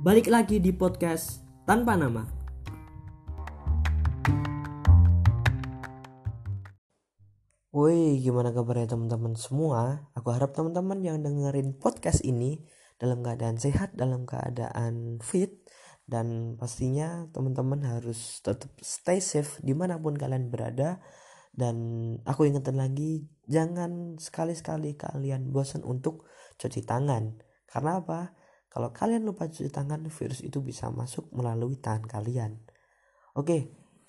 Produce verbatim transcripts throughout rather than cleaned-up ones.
Balik lagi di podcast tanpa nama. Woi, gimana kabarnya teman-teman semua? Aku harap teman-teman yang dengerin podcast ini dalam keadaan sehat, dalam keadaan fit, dan pastinya teman-teman harus tetap stay safe dimanapun kalian berada. Dan aku ingetin lagi, jangan sekali-sekali kalian bosan untuk cuci tangan. Karena apa? Kalau kalian lupa cuci tangan, virus itu bisa masuk melalui tangan kalian. Oke,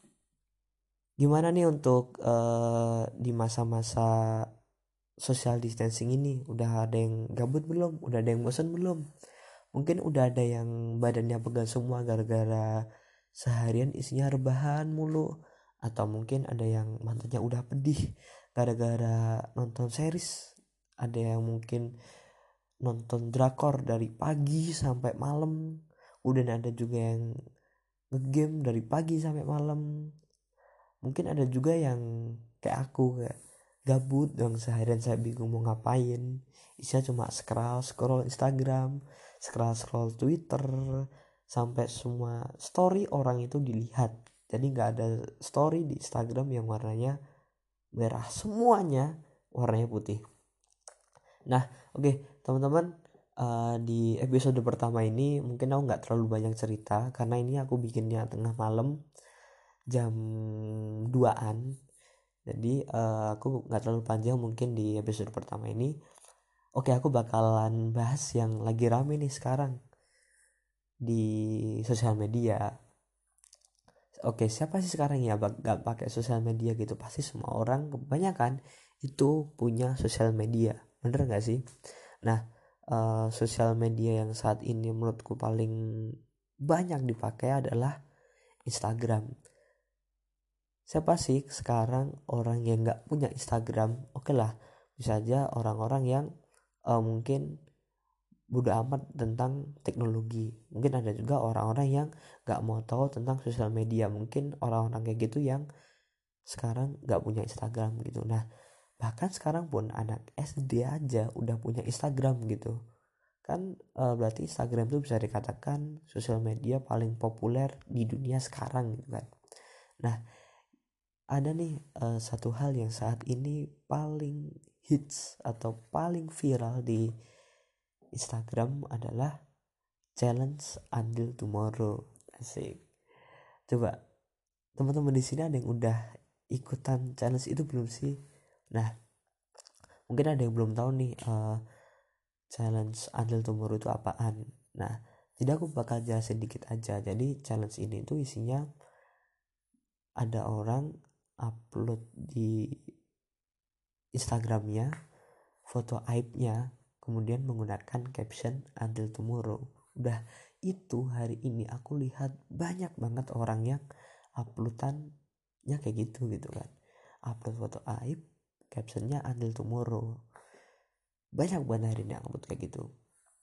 gimana nih untuk uh, di masa-masa social distancing ini? Udah ada yang gabut belum? Udah ada yang bosan belum? Mungkin udah ada yang badannya pegal semua gara-gara seharian isinya rebahan mulu. Atau mungkin ada yang mantannya udah pedih gara-gara nonton series. Ada yang mungkin nonton drakor dari pagi sampai malam. Udah ada juga yang ngegame dari pagi sampai malam. Mungkin ada juga yang kayak aku, kayak gabut dong seharian, saya bingung mau ngapain, isinya cuma scroll scroll Instagram, scroll scroll Twitter, sampai semua story orang itu dilihat. Jadi nggak ada story di Instagram yang warnanya merah, semuanya warnanya putih. Nah oke okay, teman-teman, uh, di episode pertama ini mungkin aku nggak terlalu banyak cerita karena ini aku bikinnya tengah malam jam duaan. Jadi uh, aku gak terlalu panjang mungkin di episode pertama ini. Oke, aku bakalan bahas yang lagi rame nih sekarang di sosial media. Oke, siapa sih sekarang ya gak pakai sosial media gitu? Pasti semua orang kebanyakan itu punya sosial media, bener gak sih? Nah, uh, sosial media yang saat ini menurutku paling banyak dipakai adalah Instagram. Siapa sih sekarang orang yang gak punya Instagram? Oke lah, bisa aja orang-orang yang uh, mungkin bodo amat tentang teknologi. Mungkin ada juga orang-orang yang gak mau tahu tentang sosial media. Mungkin orang-orang kayak gitu yang sekarang gak punya Instagram gitu. Nah, bahkan sekarang pun anak S D aja udah punya Instagram gitu. Kan uh, berarti Instagram itu bisa dikatakan sosial media paling populer di dunia sekarang gitu kan. Nah, ada nih uh, satu hal yang saat ini paling hits atau paling viral di Instagram adalah challenge until tomorrow. Asik. Coba teman-teman di sini ada yang udah ikutan challenge itu belum sih? Nah, mungkin ada yang belum tahu nih uh, challenge until tomorrow itu apaan. Nah, jadi aku bakal jelasin dikit aja. Jadi challenge ini tuh isinya ada orang upload di Instagramnya foto aibnya, kemudian menggunakan caption until tomorrow. Udah itu hari ini aku lihat banyak banget orang yang uploadannya kayak gitu gitu kan. Upload foto aib, captionnya until tomorrow. Banyak banget hari ini upload kayak gitu.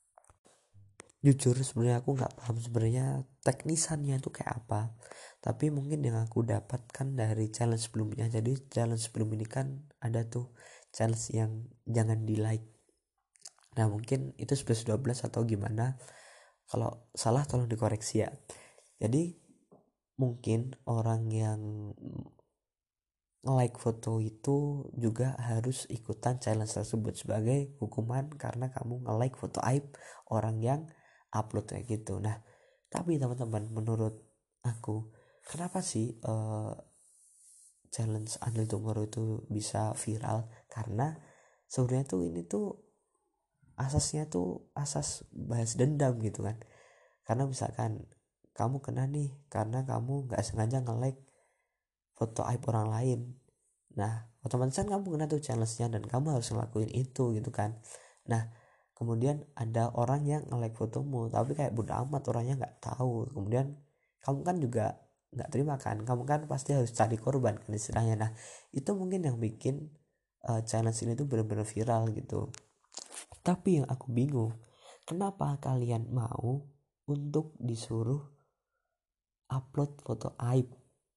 Jujur sebenarnya aku nggak paham sebenarnya teknisannya itu kayak apa. Tapi mungkin yang aku dapatkan dari challenge sebelumnya. Jadi challenge sebelum ini kan ada tuh challenge yang jangan di like. Nah mungkin itu sebelas dua belas atau gimana. Kalau salah tolong dikoreksi ya. Jadi mungkin orang yang nge-like foto itu juga harus ikutan challenge tersebut sebagai hukuman karena kamu nge-like foto aib orang yang upload kayak gitu. Nah tapi teman-teman, menurut aku kenapa sih uh, challenge until tomorrow itu bisa viral? Karena sebenarnya tuh ini tuh asasnya tuh asas balas dendam gitu kan. Karena misalkan kamu kena nih karena kamu gak sengaja nge-like foto aib orang lain. Nah otomatis kan kamu kena tuh challenge-nya dan kamu harus ngelakuin itu gitu kan. Nah kemudian ada orang yang nge-like fotomu tapi kayak bodo amat, orangnya gak tahu. Kemudian kamu kan juga gak terima kan, kamu kan pasti harus cari korban kan istilahnya. Nah itu mungkin yang bikin uh, challenge ini tuh benar-benar viral gitu. Tapi yang aku bingung, kenapa kalian mau untuk disuruh upload foto aib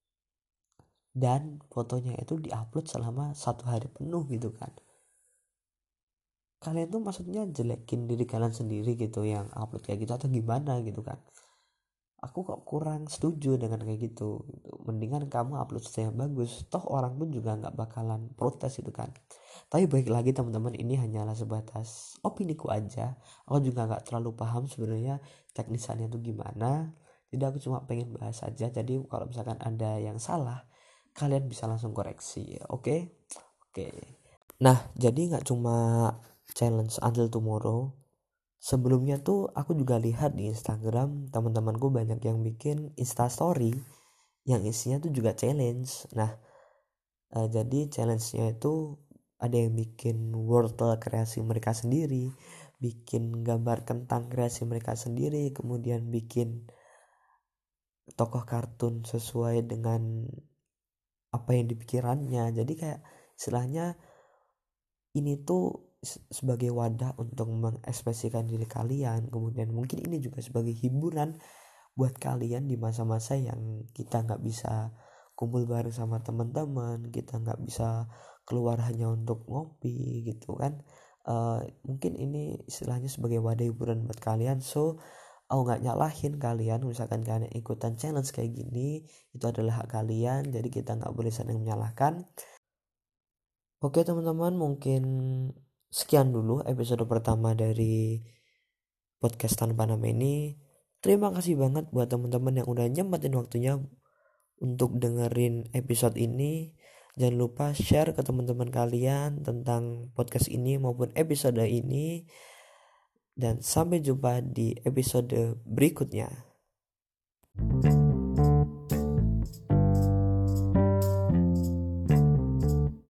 dan fotonya itu diupload selama satu hari penuh gitu kan. kalian tuh maksudnya jelekin diri kalian sendiri gitu yang upload kayak gitu atau gimana gitu kan. Aku kok kurang setuju dengan kayak gitu, gitu. Mendingan kamu upload sesuatu yang bagus, toh orang pun juga nggak bakalan protes itu kan. Tapi baik lagi teman-teman, ini hanyalah sebatas opini ku aja. Aku juga nggak terlalu paham sebenarnya teknisannya itu gimana, jadi aku cuma pengen bahas aja. Jadi kalau misalkan ada yang salah, kalian bisa langsung koreksi, oke? Okay? Oke. Okay. Nah, jadi nggak cuma challenge until tomorrow. Sebelumnya tuh aku juga lihat di Instagram teman-temanku banyak yang bikin Instastory yang isinya tuh juga challenge. Nah, eh, jadi challenge-nya itu ada yang bikin wortel kreasi mereka sendiri, bikin gambar kentang kreasi mereka sendiri, kemudian bikin tokoh kartun sesuai dengan apa yang dipikirannya. Jadi kayak istilahnya ini tuh sebagai wadah untuk mengekspresikan diri kalian, kemudian mungkin ini juga sebagai hiburan buat kalian di masa-masa yang kita nggak bisa kumpul bareng sama teman-teman, kita nggak bisa keluar hanya untuk ngopi gitu kan. Uh, mungkin ini istilahnya sebagai wadah hiburan buat kalian. So aku nggak nyalahin kalian, misalkan kalian ikutan challenge kayak gini, itu adalah hak kalian, jadi kita nggak boleh saling menyalahkan. Oke teman-teman, mungkin sekian dulu episode pertama dari podcast Tanpa Nama ini. Terima kasih banget buat teman-teman yang udah nyempetin waktunya untuk dengerin episode ini. Jangan lupa share ke teman-teman kalian tentang podcast ini maupun episode ini. Dan sampai jumpa di episode berikutnya.